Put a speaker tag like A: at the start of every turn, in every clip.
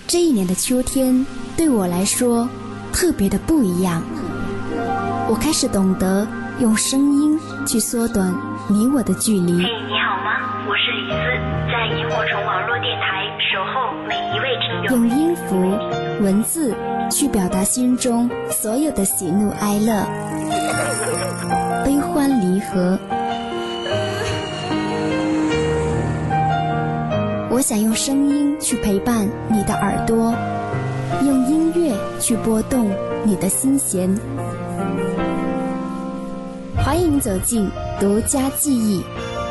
A: 这一年的秋天对我来说特别的不一样，我开始懂得用声音去缩短你我的距离。
B: 嘿，你好吗？我是李斯，在萤火虫网络电台守候每一位听友。
A: 用音符、文字去表达心中所有的喜怒哀乐、悲欢离合。我想用声音去陪伴你的耳朵，用音乐去拨动你的心弦。欢迎走进独家记忆。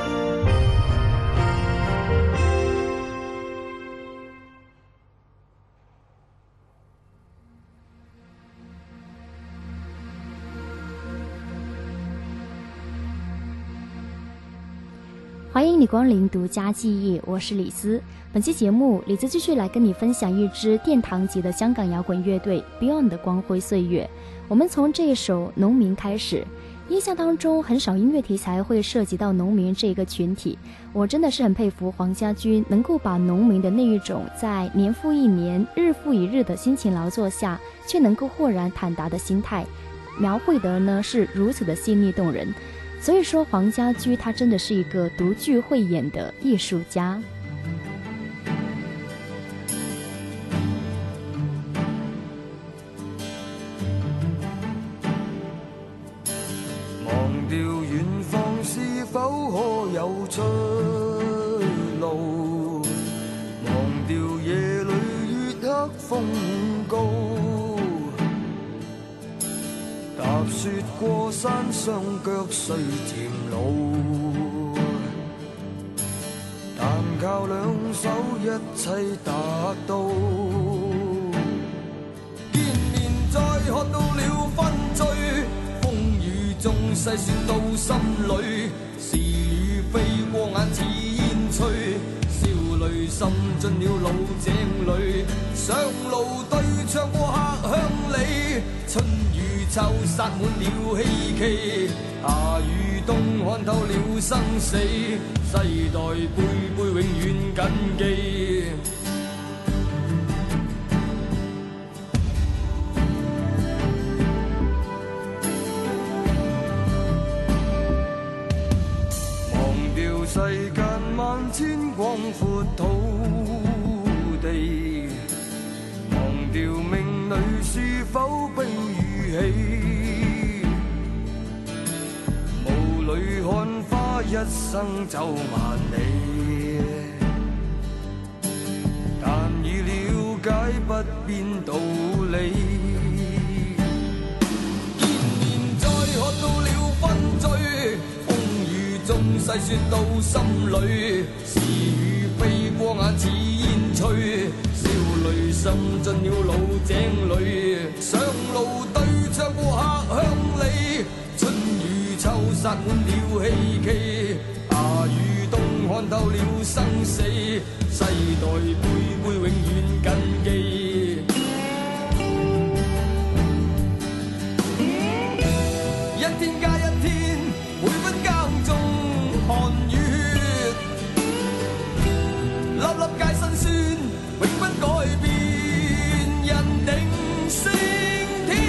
C: 欢迎你光临独家记忆，我是李斯。本期节目，李斯继续来跟你分享一支殿堂级的香港摇滚乐队 Beyond 的光辉岁月。我们从这首《农民》开始。印象当中，很少音乐题材会涉及到农民这个群体。我真的是很佩服黄家驹能够把农民的那一种在年复一年、日复一日的辛勤劳作下，却能够豁然坦达的心态，描绘的呢是如此的细腻动人。所以说黄家驹他真的是一个独具慧眼的艺术家。
D: 忘掉远方是否可有出路，忘掉夜里月黑风高，踏雪过山，双脚虽渐老，但靠两手一切达到。见面再喝到了分醉，风雨中细说到心里，是雨飞过眼似烟吹，笑淚滲進了老井裏，上路對唱過客鄉里，春雨秋灑滿了希冀，夏與冬看透了生死，世代輩輩永遠謹記。世間萬千廣闊土地，忘掉命裏是否悲與喜，霧裏看花一生走萬里，但已了解不變道理，見面再喝到了分醉，縱細說到心裏，是雨飛過眼似煙吹，笑淚滲進了老井裏，上路對唱過客鄉里，春雨秋灑滿了希冀，夏與冬看透了生死，世代輩輩永遠謹記。一天加一天，每分耕種汗與血，粒粒皆辛酸，永不改變，人定勝天。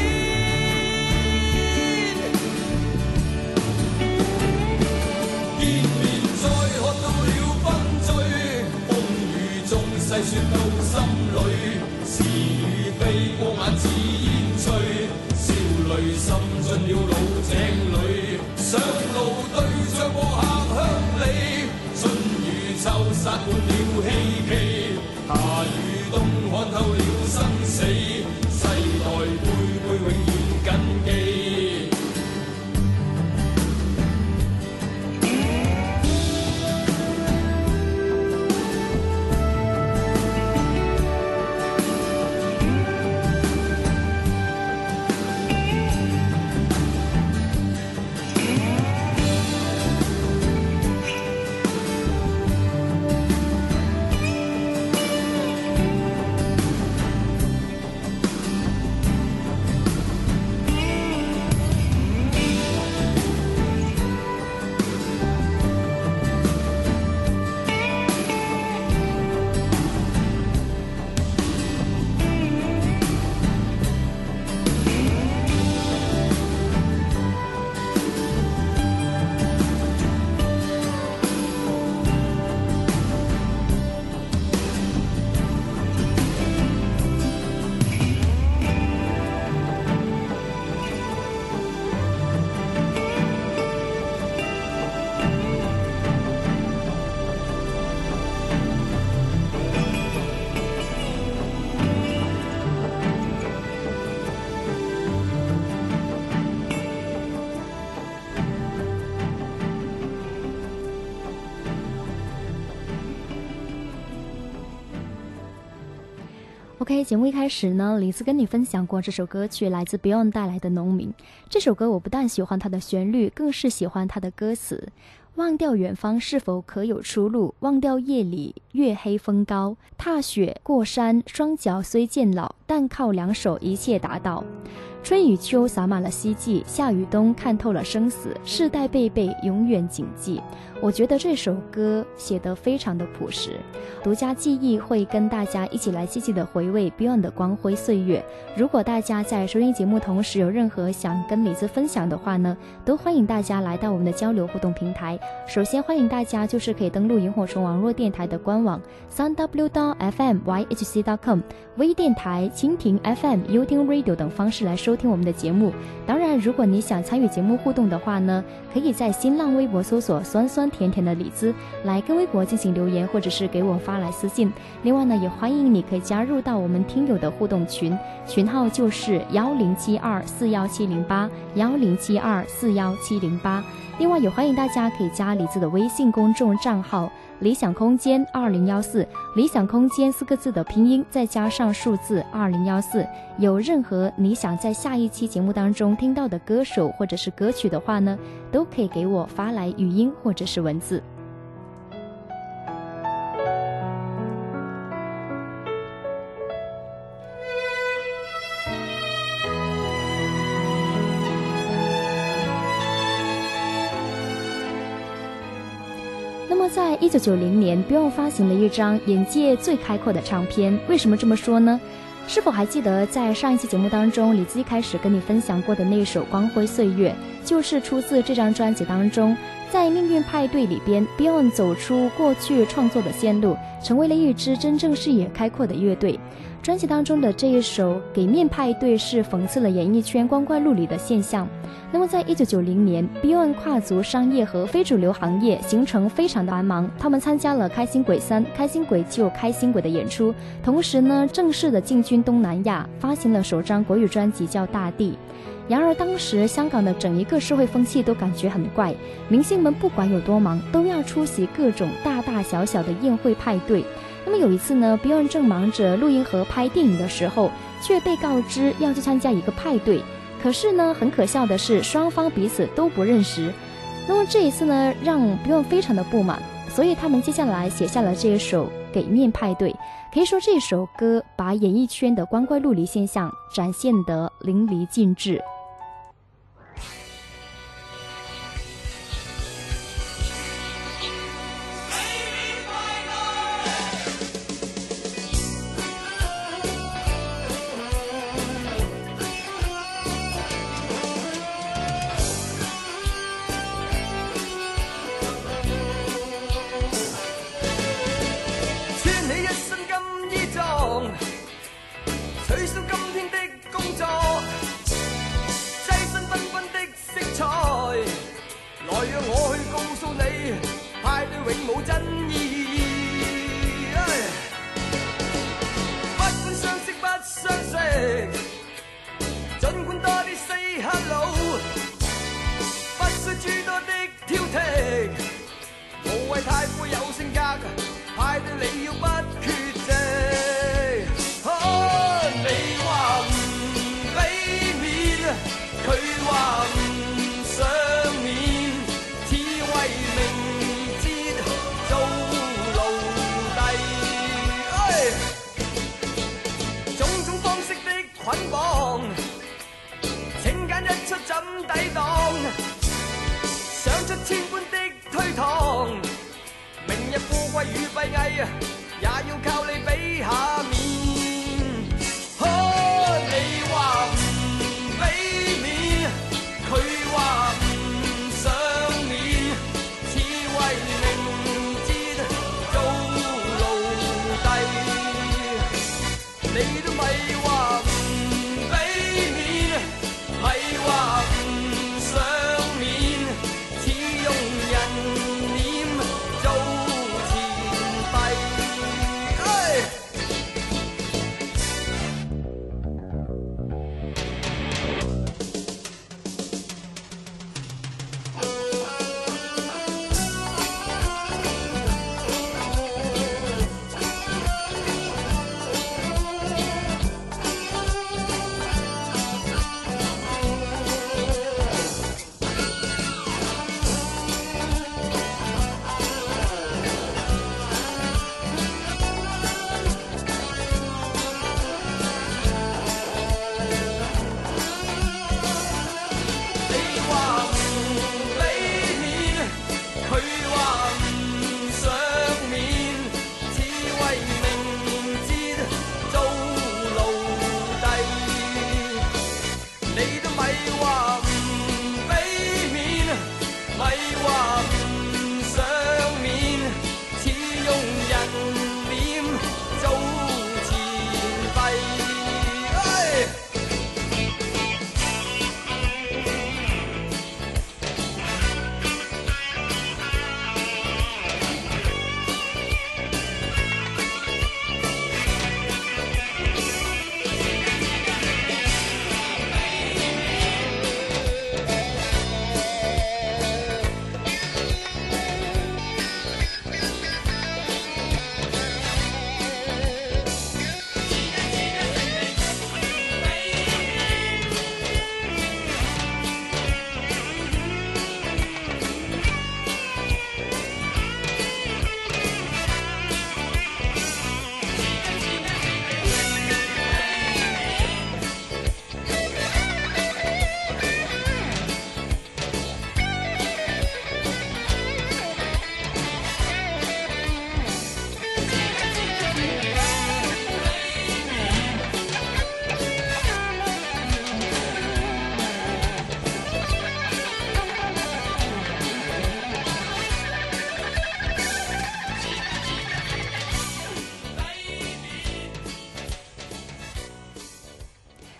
D: 見面再喝到了分醉，風雨中細說到心裏，是雨飛過眼似煙吹，笑淚滲進了老井裏，上路對唱過客鄉里，春雨秋灑滿了希冀，夏與冬看透了生死，世代輩輩永遠謹記。
C: OK， 节目一开始呢，李子跟你分享过这首歌曲，来自 Beyond 带来的《农民》。这首歌我不但喜欢它的旋律，更是喜欢它的歌词。忘掉远方是否可有出路，忘掉夜里月黑风高，踏雪过山，双脚虽渐老，但靠两手一切达到。春与秋洒满了希冀，夏与冬看透了生死，世代辈辈永远谨记。我觉得这首歌写得非常的朴实，独家记忆会跟大家一起来积极的回味 Beyond 的光辉岁月。如果大家在收听节目同时有任何想跟李子分享的话呢，都欢迎大家来到我们的交流互动平台。首先欢迎大家就是可以登录萤火虫网络电台的官网 3w.fmyhc.com 微电台、蜻蜓 FM、优听 Radio 等方式来收听我们的节目。当然如果你想参与节目互动的话呢，可以在新浪微博搜索酸酸甜甜的李子来跟微博进行留言，或者是给我发来私信。另外呢，也欢迎你可以加入到我们听友的互动群，群号就是1072417081 1072417081。另外也欢迎大家可以加李子的微信公众账号理想空间2014，理想空间4个字的拼音再加上数字2014。有任何你想在下一期节目当中听到的歌手或者是歌曲的话呢，都可以给我发来语音或者是文字。那么在1990年 Beyond 发行了一张眼界最开阔的唱片。为什么这么说呢？是否还记得在上一期节目当中李子一开始跟你分享过的那首《光辉岁月》，就是出自这张专辑当中。在命运派对里边， Beyond 走出过去创作的线路，成为了一支真正视野开阔的乐队。专辑当中的这一首《给面派对》是讽刺了演艺圈光怪陆离的现象。那么在1990年 Beyond 跨足商业和非主流行业，行程非常的繁忙。他们参加了开心鬼3、开心鬼9、开心鬼的演出，同时呢正式的进军东南亚，发行了首张国语专辑叫《大地》。然而当时香港的整一个社会风气都感觉很怪，明星们不管有多忙，都要出席各种大大小小的宴会派对。那么有一次呢 Beyond 正忙着录音和拍电影的时候，却被告知要去参加一个派对。可是呢很可笑的是，双方彼此都不认识。那么这一次呢让 Beyond 非常的不满，所以他们接下来写下了这一首《给面派对》。可以说这首歌把演艺圈的光怪陆离现象展现得淋漓尽致。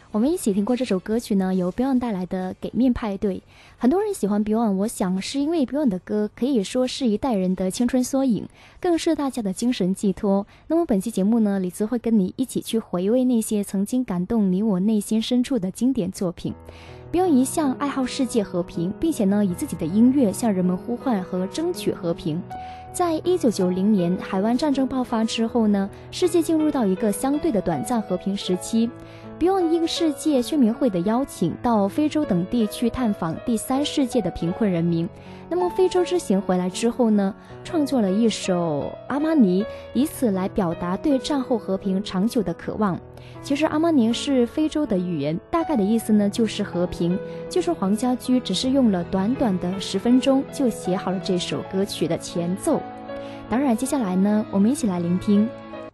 C: 我们一起听过这首歌曲呢，由 Beyond 带来的《给面派对》。很多人喜欢 Beyond， 我想是因为 Beyond 的歌可以说是一代人的青春缩影，更是大家的精神寄托。那么本期节目呢，李子会跟你一起去回味那些曾经感动你我内心深处的经典作品。Beyond 一向爱好世界和平，并且呢以自己的音乐向人们呼唤和争取和平。在1990年海湾战争爆发之后呢，世界进入到一个相对的短暂和平时期。Beyond 应世界宣明会的邀请，到非洲等地去探访第3世界的贫困人民。那么非洲之行回来之后呢，创作了一首《阿玛尼》，以此来表达对战后和平长久的渴望。其实阿玛尼是非洲的语言，大概的意思呢就是和平。据说黄家驹只是用了短短的10分钟就写好了这首歌曲的前奏。当然接下来呢，我们一起来聆听。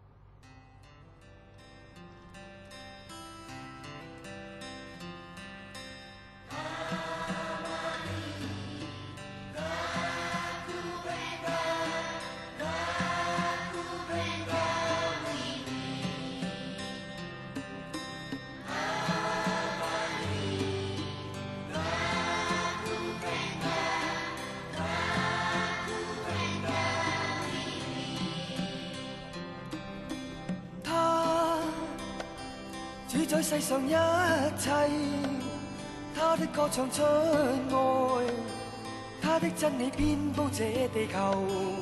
E: 主宰世上一切，他的歌唱出愛，他的真理遍佈這地球。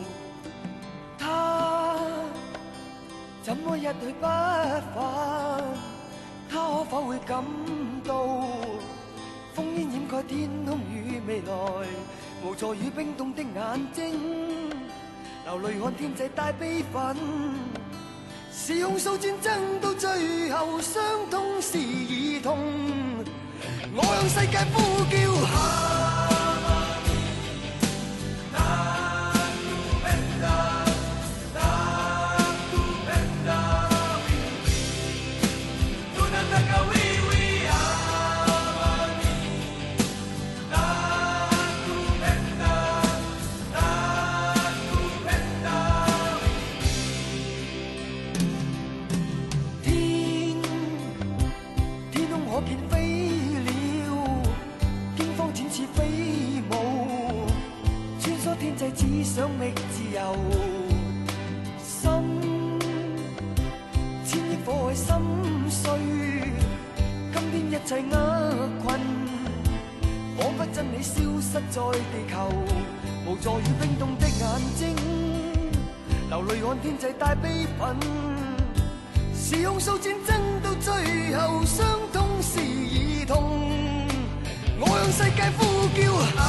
E: 他怎麼一去不返？他可否會感到烽煙掩蓋天空與未來，無助與冰凍的眼睛，流淚看天際帶悲憤。是控訴戰爭到最後，傷痛是兒童。我向世界呼叫。只想覓自由，心千億火海心碎，今天一切厄困，彷彿真理消失在地球，無助與冰凍的眼睛，流淚看天際帶悲憤，是控訴戰爭到最後，傷痛是兒童，我向世界呼叫。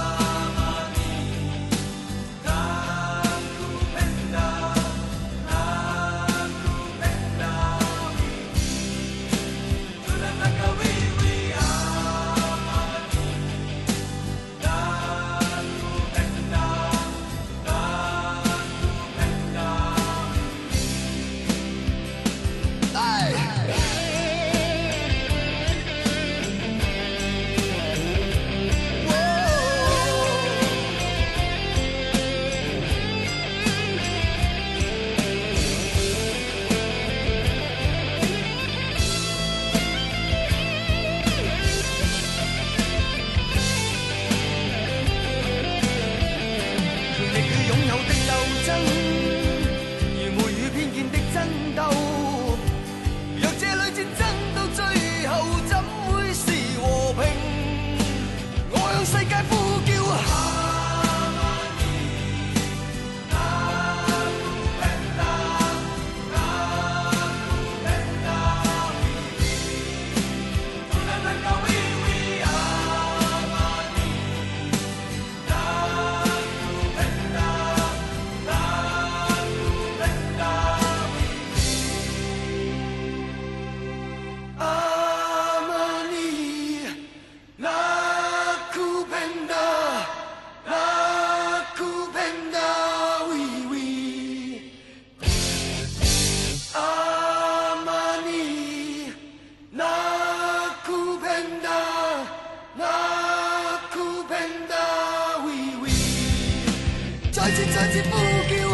E: 再次呼叫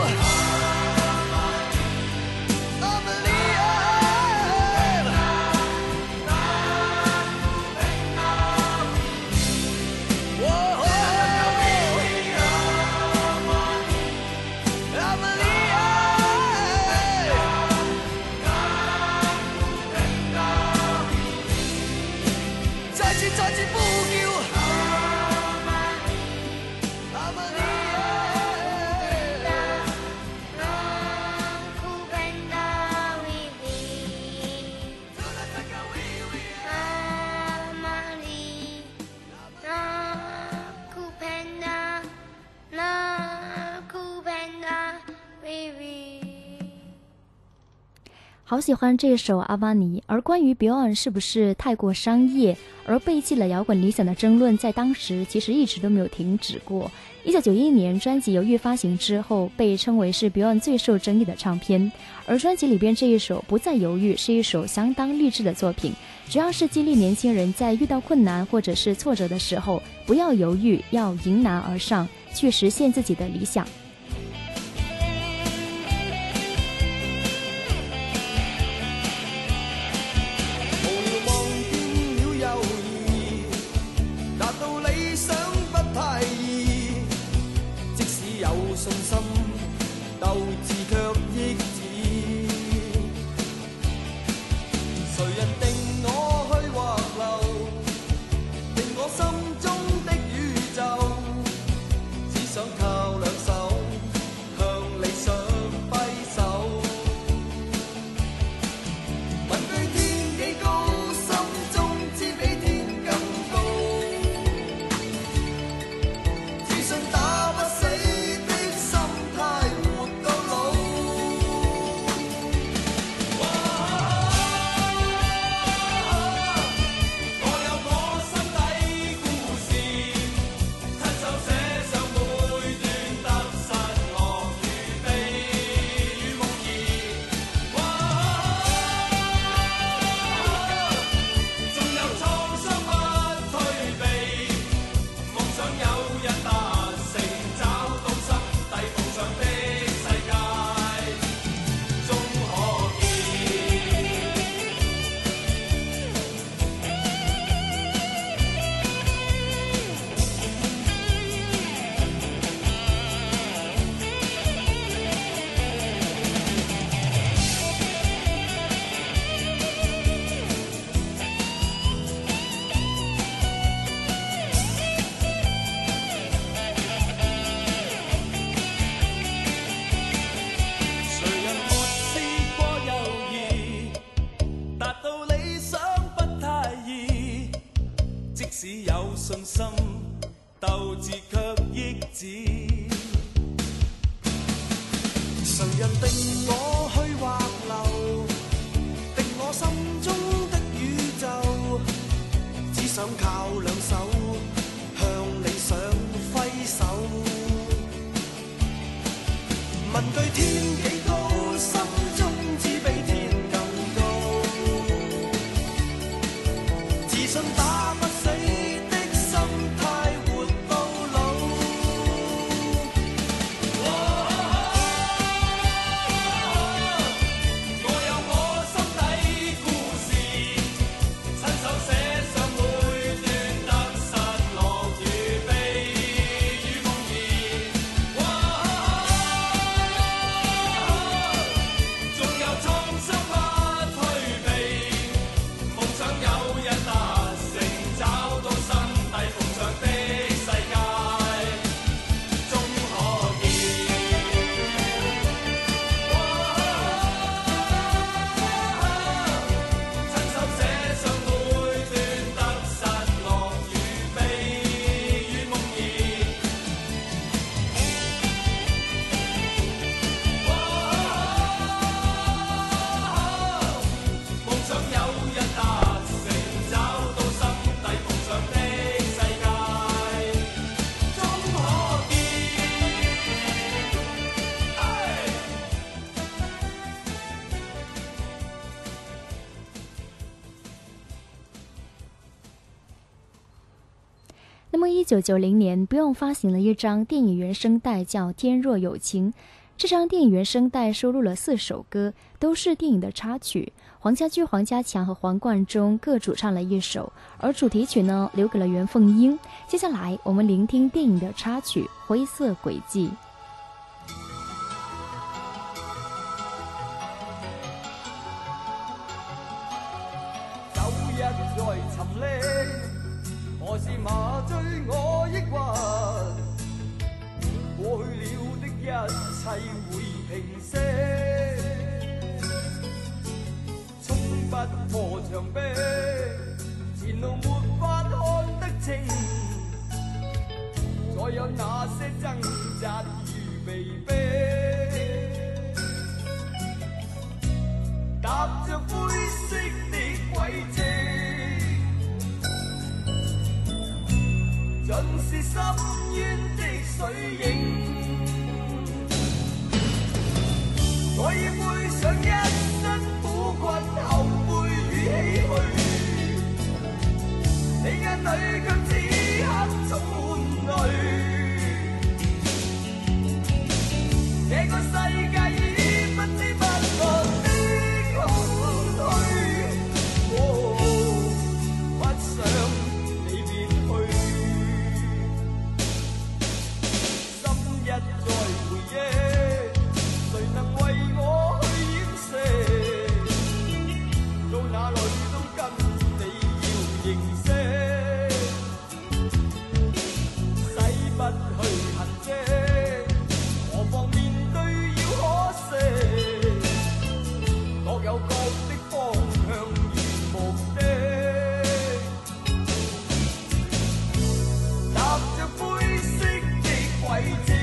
E: 阿玛尼亞，
C: 好喜欢这首阿玛尼。而关于 Beyond 是不是太过商业而背弃了摇滚理想的争论，在当时其实一直都没有停止过。1991年专辑《犹豫》发行之后，被称为是 Beyond 最受争议的唱片。而专辑里边这一首《不再犹豫》是一首相当励志的作品，主要是激励年轻人在遇到困难或者是挫折的时候，不要犹豫，要迎难而上，去实现自己的理想。
E: 信心鬥志卻抑止，誰人定我去或留，定我心中的宇宙，只想靠兩手向理想揮手。問句天幾高，心中知比天更高，自信打不死。信心鬥志卻抑止，誰人定我去或留，定我心中的宇宙，只想靠兩手向理想揮手。問句天幾高，心中知比天更高，自信打不死。
C: 那么1990年 Beyond 发行了一张电影原声带叫《天若有情》，这张电影原声带收录了4首歌，都是电影的插曲，黄家驹、黄家强和黄贯中各主唱了1首，而主题曲呢留给了袁凤英。接下来我们聆听电影的插曲《灰色轨迹》。
E: 走一再沉溺，何時麻醉我抑鬱？過去了的一切會平息，衝不破牆壁，前路沒法看得清，再有那些掙扎與被逼。 着灰色的軌跡，盡是深淵的水影。我已背上一身苦困後悔與唏噓，你眼裏卻此刻充滿淚。這個世界已不知不覺的空虛，不想你別去，心一再回憶，誰能為我去掩飾？到哪裏都跟你要認識，洗不去痕跡，何妨面對要可惜，各有各的方向與目的，踏着灰色的軌跡。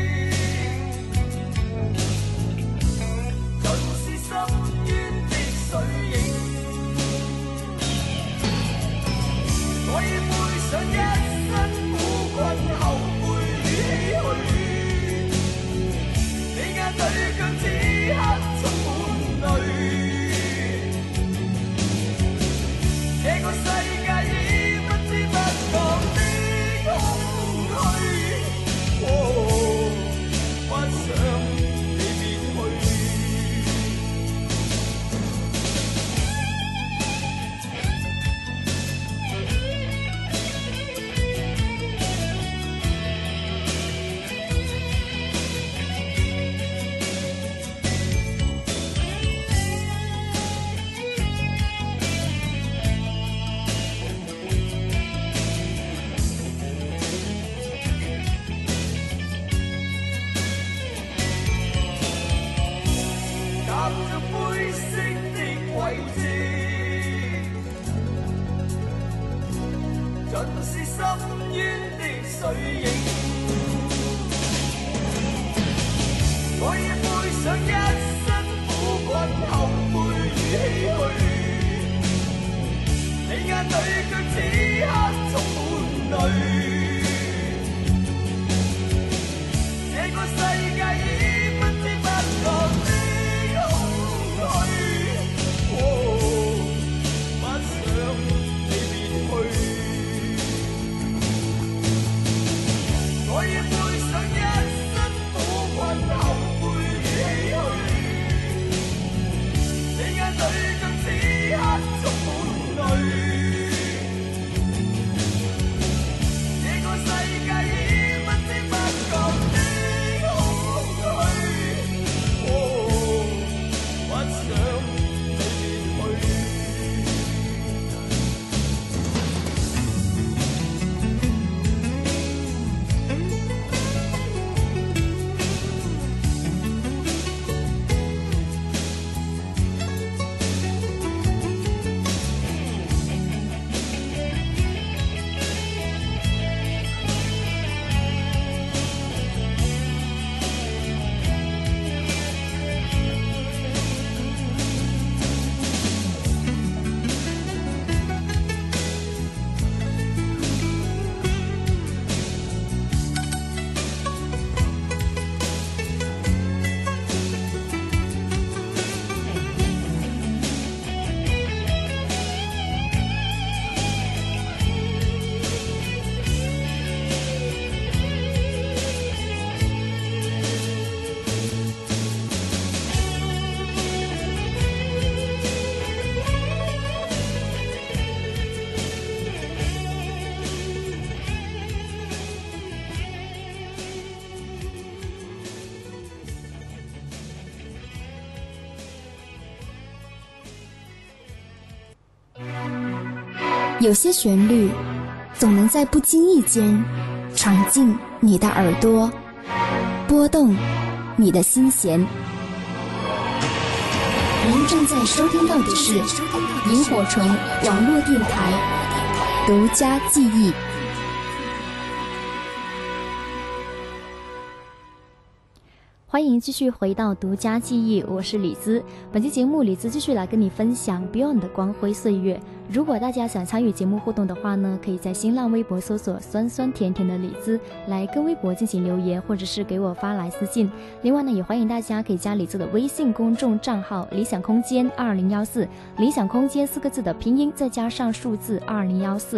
E: 我已背上一身苦困後悔與唏噓，你眼裏卻此刻充滿淚。這個世界已不知不覺的空虛，不想你別去。踏着灰色的軌跡，盡是深淵的水影。我已背上一身苦困後悔與唏噓，你眼裏卻此刻充滿淚。這個世界已不知不覺的不想你別去，我已背上一身苦困後悔與唏噓，你眼裏卻此刻充滿淚。這個世界已不知不覺的空虛，不想
A: 有些旋律总能在不经意间闯进你的耳朵，拨动你的心弦。您正在收听到的是萤火虫网络电台独家记忆。
C: 欢迎继续回到独家记忆，我是李姿。本期节目李姿继续来跟你分享 Beyond 的光辉岁月。如果大家想参与节目互动的话呢，可以在新浪微博搜索酸酸甜甜的李姿，来跟微博进行留言，或者是给我发来私信。另外呢，也欢迎大家可以加李姿的微信公众账号理想空间2014，理想空间4个字的拼音再加上数字2014。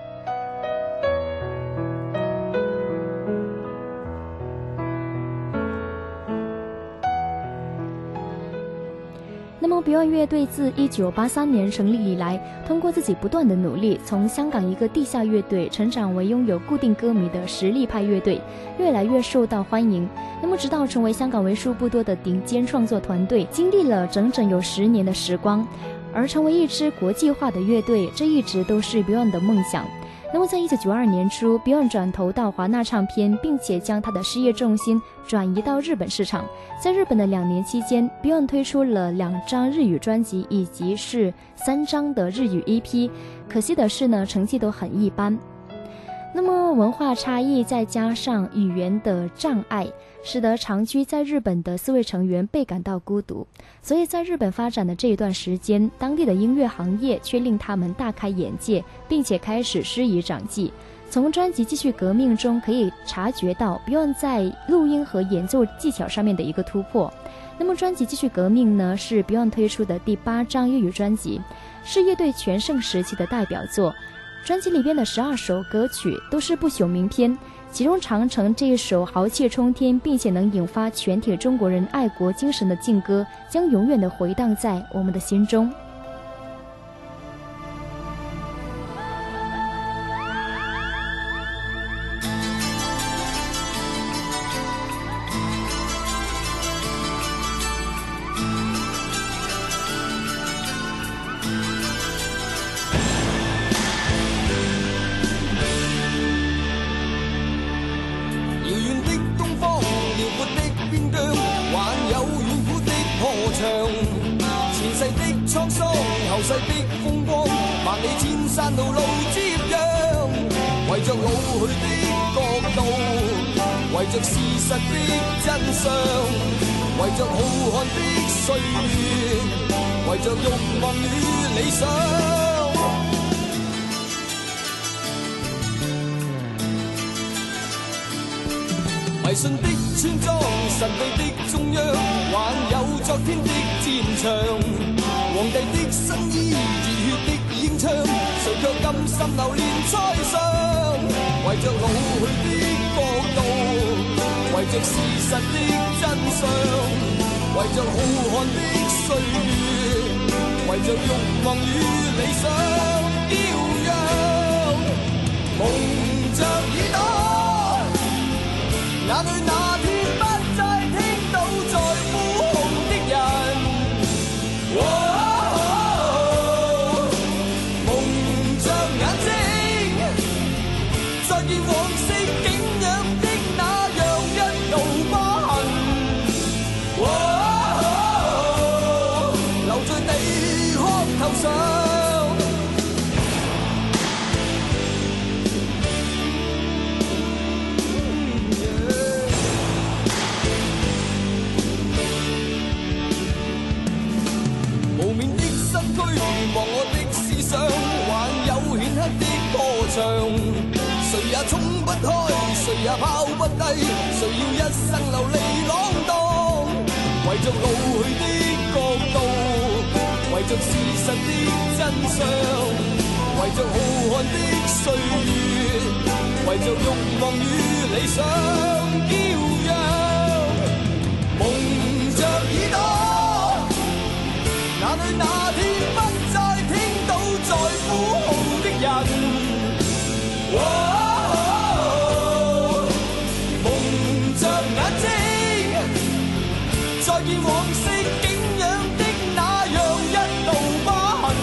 C: 那么 Beyond 乐队自1983年成立以来，通过自己不断的努力，从香港一个地下乐队成长为拥有固定歌迷的实力派乐队，越来越受到欢迎。那么直到成为香港为数不多的顶尖创作团队，经历了整整有10年的时光，而成为一支国际化的乐队，这一直都是 Beyond 的梦想。那么在1992年初 Beyond 转投到华纳唱片，并且将他的事业重心转移到日本市场。在日本的2年期间， Beyond 推出了2张日语专辑以及是3张的日语 EP， 可惜的是呢，成绩都很一般。那么文化差异再加上语言的障碍，使得长居在日本的4位成员倍感到孤独，所以在日本发展的这一段时间，当地的音乐行业却令他们大开眼界，并且开始施以掌记。从专辑《继续革命》中可以察觉到 Beyond 在录音和演奏技巧上面的一个突破。那么专辑《继续革命》呢，是 Beyond 推出的第8张粤语专辑，是乐队全盛时期的代表作。专辑里边的12首歌曲都是不朽名篇，其中长城这一首豪气冲天并且能引发全体中国人爱国精神的劲歌，将永远的回荡在我们的心中。
D: 為着事實的真相，為着浩瀚的歲月，為着慾望與理想。迷信的村莊，神秘的中央，還有昨天的戰場。皇帝的新衣，熱血的演唱，誰卻甘心流連在上？為着老去的國度，為着事實的真相，為着浩瀚的歲月，為着慾望與理想，驕陽蒙着耳朵，哪裏那天不再聽到在呼號的人，蒙着眼睛，再見往昔景仰的那樣一道疤痕，留在地殼頭上。無眠的身軀忘我的思想，還有顯赫的歌唱。誰也衝不開，誰也拋不低，誰要一生流離浪蕩？為着老去的國度，為着事實的真相，為着浩瀚的歲月，為着慾望與理想，驕陽蒙着耳朵，哪裏那天不再聽到在呼號的人？蒙着眼睛，再見往昔景仰的那樣一道疤痕，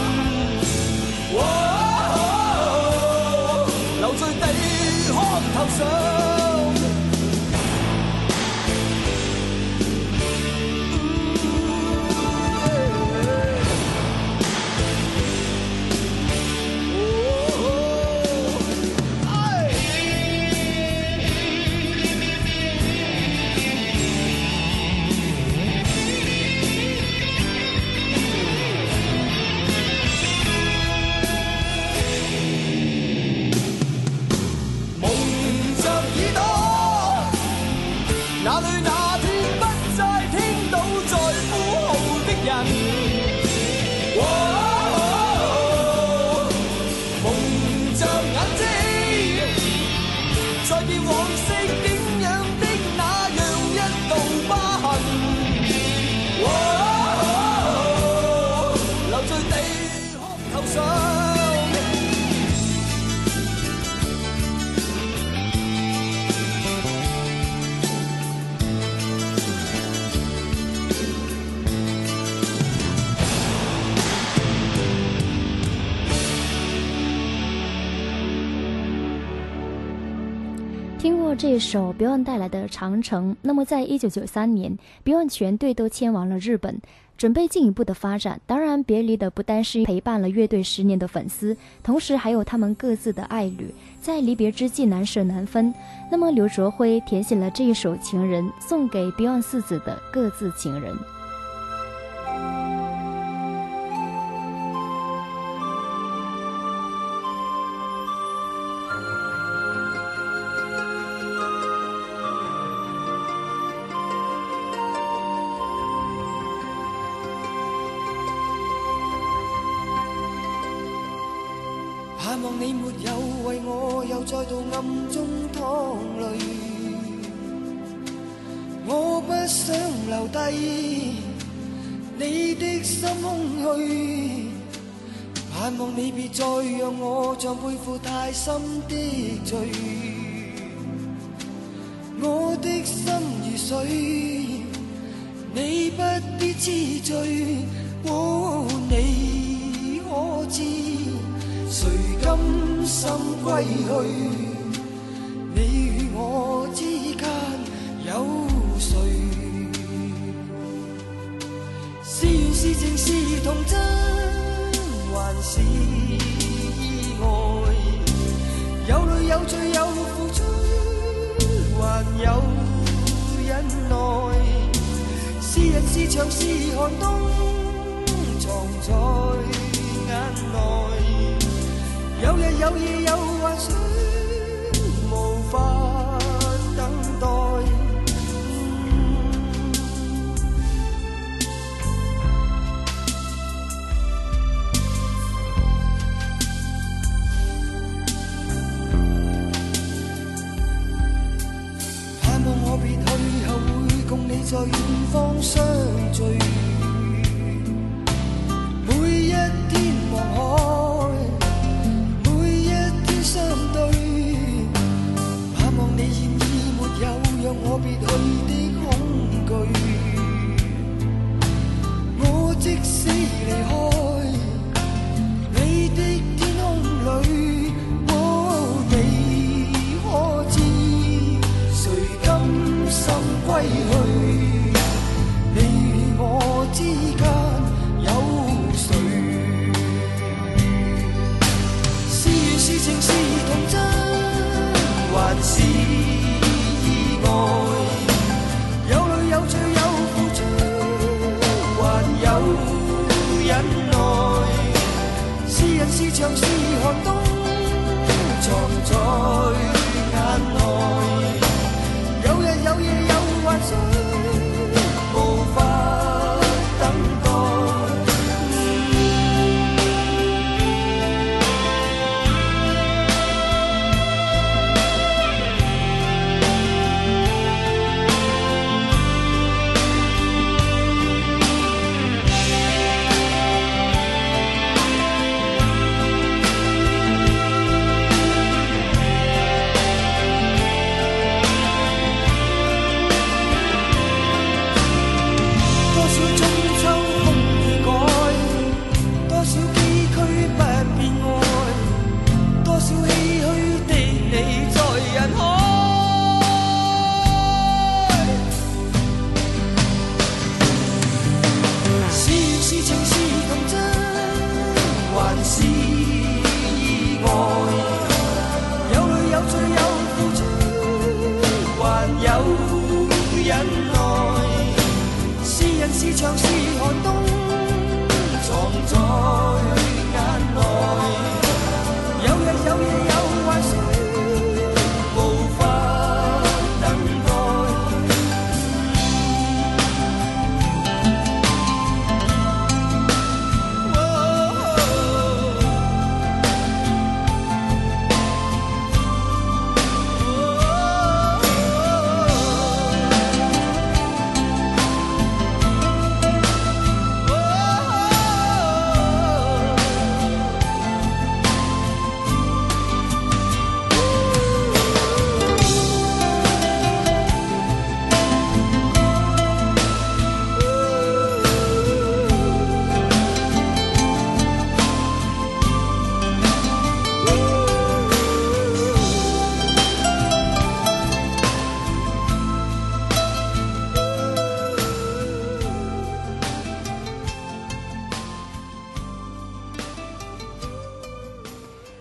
D: 留在地殼頭上。
E: 頭上。
C: 听过这首 Beyond 带来的《长城》，那么在1993年 Beyond 全队都迁往了日本，准备进一步的发展。当然别离的不单是陪伴了乐队10年的粉丝，同时还有他们各自的爱侣，在离别之际难舍难分。那么刘卓辉填写了这一首《情人》，送给 Beyond 4子的各自情人。
E: 盼望你沒有為我又再度暗中淌淚，我不想留低你的心空虛，盼望你別再讓我像背負太深的罪，我的心如水，你不必痴醉，你可知誰甘心歸去？你與我之間有誰？是緣是情是童真，還是意外？有淚有罪有付出，還有忍耐。是人是牆是寒冬，藏在眼內。有日有夜有幻想，無法等待。盼望我別去後會共你在遠方相聚，每一天望海，相對，盼望你現已沒有讓我別去的恐懼。我即使離開你的天空裏，你可知誰甘心歸去？你與我之間有誰？是情是童真，還是意外？有淚有罪有付出，還有忍耐。是人是牆是寒冬，藏在眼內。有日有夜有幻想，無法等待。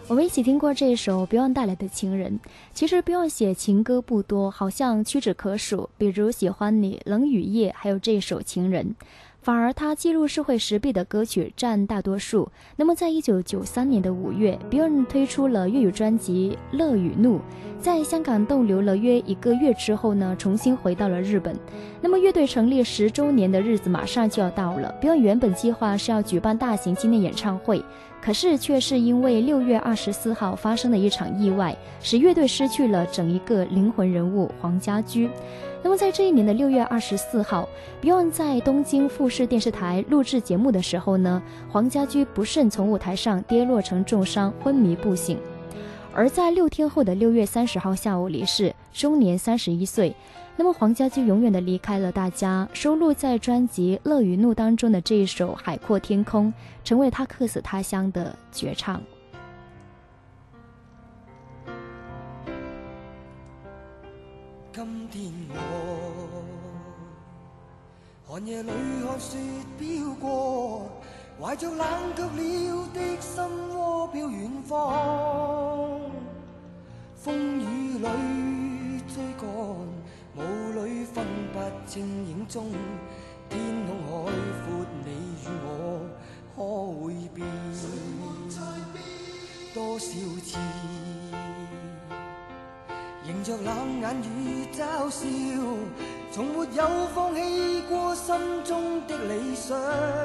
C: 我们一起听过这首 Beyond 带来的情人。其实 Beyond 写情歌不多，好像屈指可数，比如喜欢你、冷雨夜，还有这首情人。反而他记录社会时弊的歌曲占大多数。那么在1993年的5月 Beyond 推出了粤语专辑《乐与怒》，在香港逗留了约1个月之后呢，重新回到了日本。那么乐队成立10周年的日子马上就要到了， Beyond 原本计划是要举办大型纪念演唱会，可是却是因为6月24号发生的一场意外，使乐队失去了整一个灵魂人物黄家驹。那么在这一年的6月24号 Beyond 在东京富士电视台录制节目的时候呢，黄家驹不慎从舞台上跌落成重伤，昏迷不醒。而在6天后的6月30号下午离世，终年31岁。那么黄家驹永远的离开了大家，收录在专辑《乐与怒》当中的这一首《海阔天空》成为他客死他乡的绝唱。
E: 今天我寒夜里看雪飘過，懷着冷卻了的心窩飄遠方，風雨裏追趕，霧裏分不清影蹤，天空海闊，你與我可會變多少次？迎着冷眼與嘲笑，從沒有放棄過心中的理想。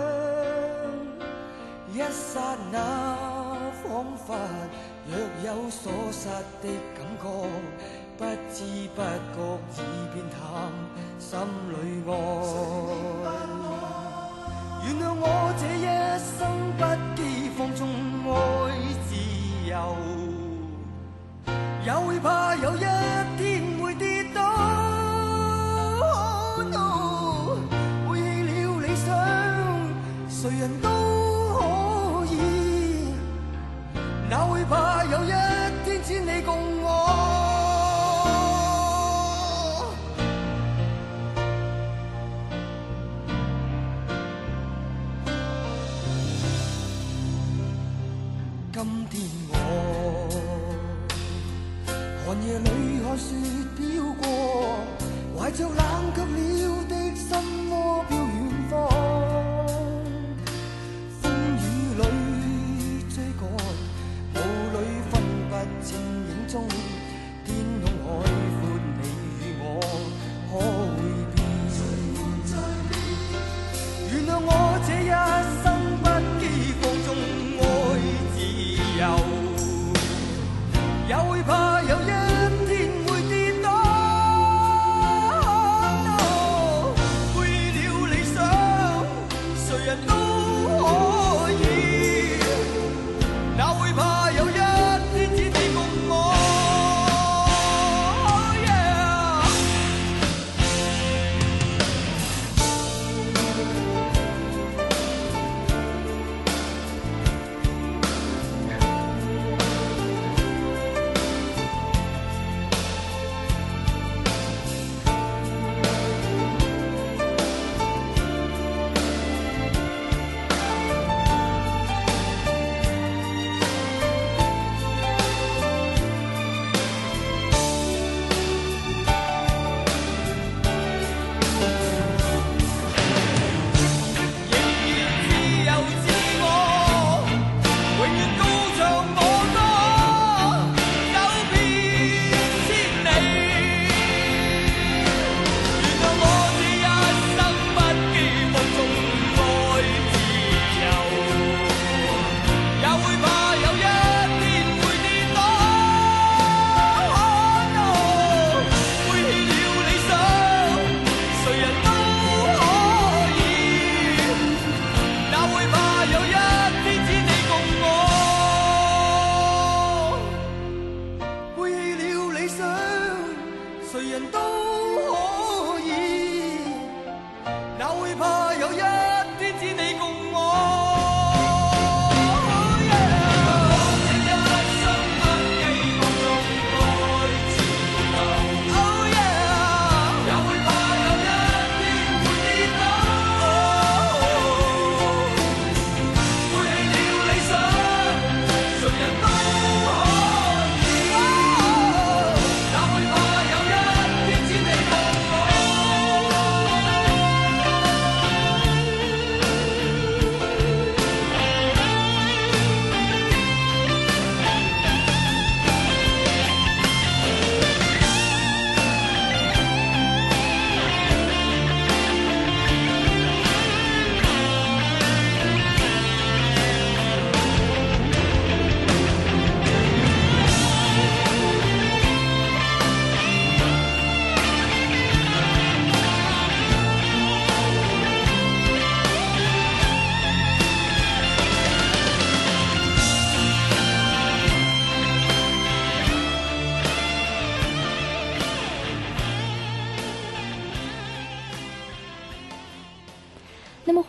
E: 一剎那彷彿若有所失的感覺，不知不覺已變淡心裏愛。原諒我這一生不羈放縱愛自由，也會怕有一天會跌倒。Oh no， 背棄了理想，誰人都可以，哪會怕有一天只你共我。今天我寒夜裏看雪飄過，懷着冷卻了的心窩飄遠方，風雨裏追趕，霧裏分不清影蹤，天空海闊，你與我可會變？原諒我這一生不羈放縱愛自由，也會怕有一天會跌倒。Oh no， 背了理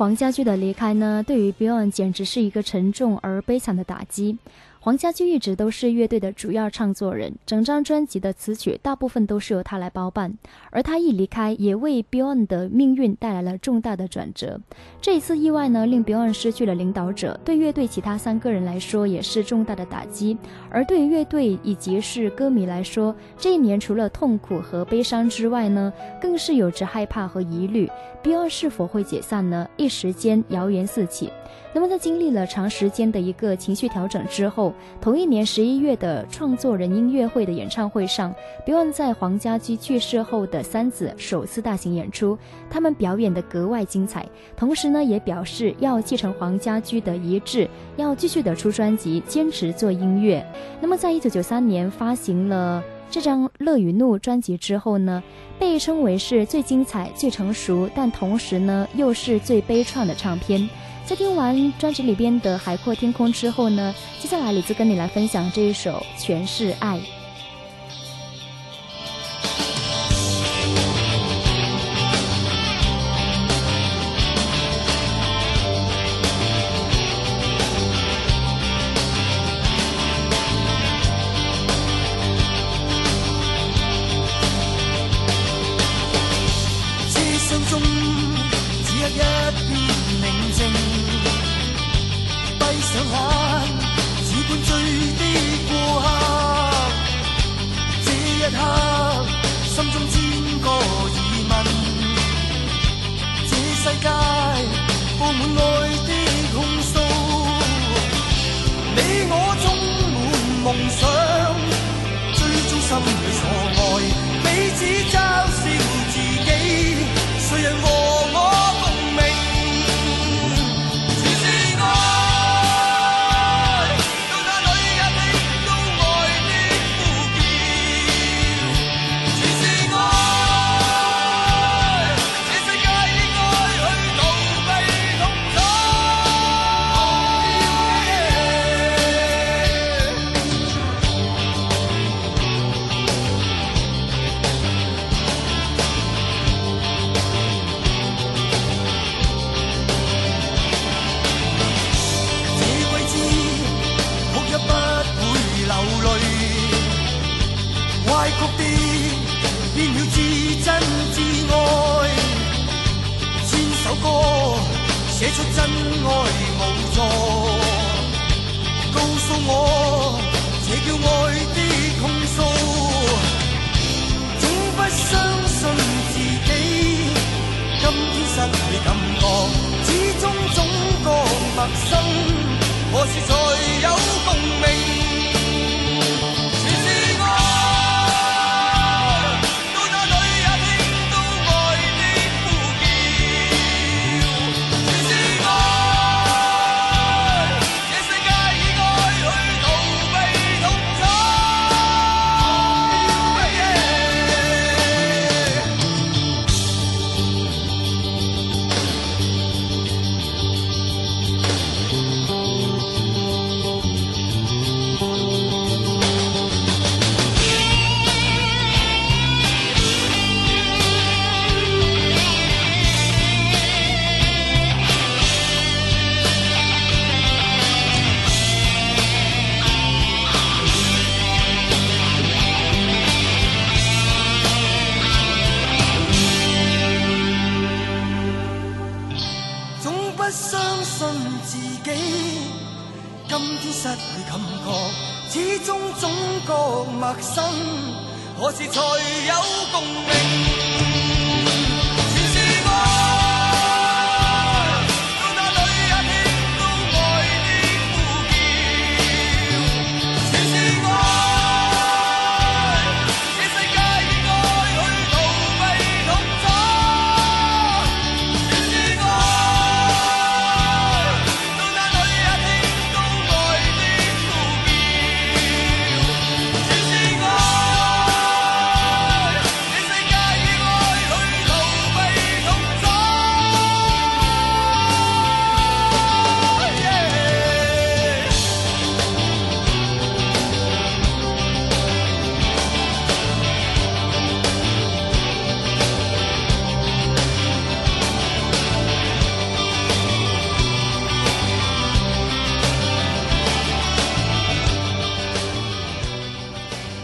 C: 黄家驹的离开呢，对于 Beyond 简直是一个沉重而悲惨的打击。黄家驹一直都是乐队的主要唱作人，整张专辑的词曲大部分都是由他来包办，而他一离开，也为 Beyond 的命运带来了重大的转折。这一次意外呢，令 Beyond 失去了领导者，对乐队其他3个人来说也是重大的打击。而对于乐队以及是歌迷来说，这一年除了痛苦和悲伤之外呢，更是有着害怕和疑虑。Beyond 是否会解散呢？一时间谣言四起。那么在经历了长时间的一个情绪调整之后，同一年11月的创作人音乐会的演唱会上， Beyond 在黄家驹去世后的3子首次大型演出，他们表演的格外精彩，同时呢也表示要继承黄家驹的遗志，要继续的出专辑，坚持做音乐。那么在1993年发行了这张《乐与怒》专辑之后呢，被称为是最精彩、最成熟，但同时呢又是最悲怆的唱片。在听完专辑里边的《海阔天空》之后呢，接下来李子跟你来分享这一首《全是爱》。
E: 寫出真愛無助，告訴我這叫愛的控訴，總不相信自己，今天失去感覺，始終總覺陌生，何時才有共鳴？陌生，何時才有共鳴？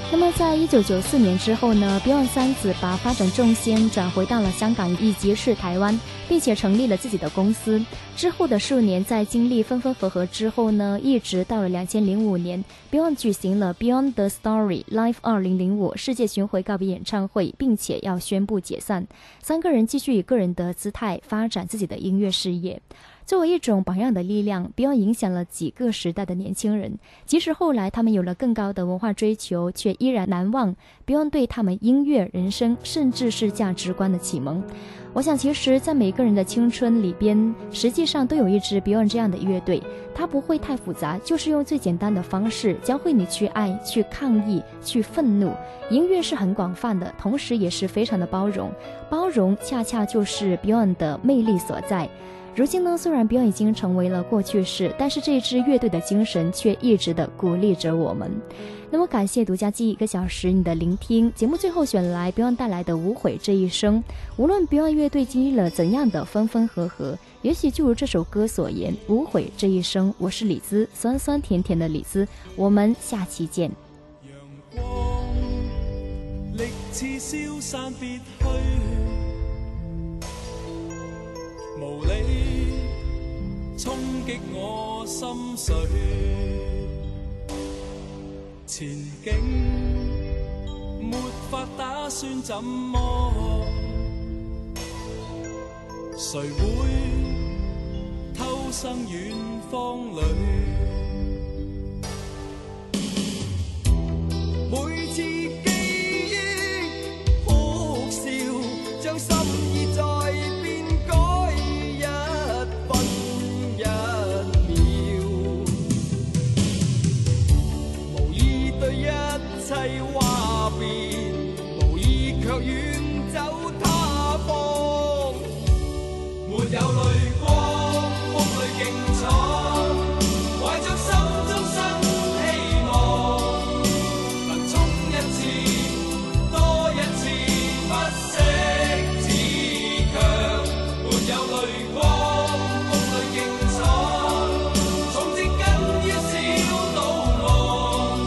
C: 那么在1994年之后呢 Beyond 三子把发展重心转回到了香港以及是台湾，并且成立了自己的公司。之后的数年，在经历分分合合之后呢，一直到了2005年 Beyond 举行了 Beyond the Story Live 2005世界巡回告别演唱会，并且要宣布解散。三个人继续以个人的姿态发展自己的音乐事业。作为一种榜样的力量 Beyond 影响了几个时代的年轻人，即使后来他们有了更高的文化追求，却依然难忘 Beyond 对他们音乐、人生甚至是价值观的启蒙。我想其实在每个人的青春里边，实际上都有一支 Beyond 这样的乐队，它不会太复杂，就是用最简单的方式教会你去爱、去抗议、去愤怒。音乐是很广泛的，同时也是非常的包容，包容恰恰就是 Beyond 的魅力所在。如今呢，虽然 Beyond 已经成为了过去式，但是这支乐队的精神却一直的鼓励着我们。那么感谢独家记忆1个小时你的聆听，节目最后选来 Beyond 带来的无悔这一生。无论 Beyond 乐队经历了怎样的分分合合，也许就如这首歌所言，无悔这一生。我是李子，酸酸甜甜的李子，我们下期见。
D: 阳光力似消散别去，無理衝擊我心碎，前景沒法打算怎麼，誰會偷生遠方裏，每次記憶哭笑，將心意再一切話別，無意卻遠走他方，沒有淚光，風裏競闖，懷着心中新希望，能衝一次，多一次，不息自強，沒有淚光，風裏競闖，從植根於小島岸。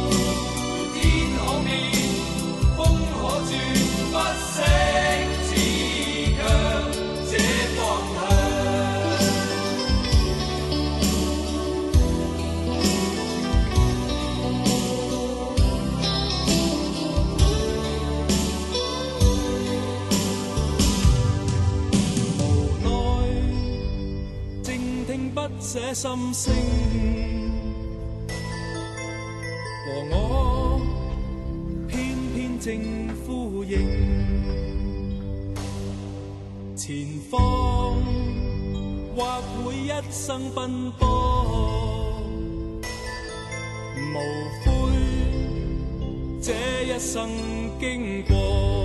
D: 不息自強，這方向。無奈靜聽不捨心聲，和我偏偏正呼應。前方或會一生奔波，無悔這一生經過。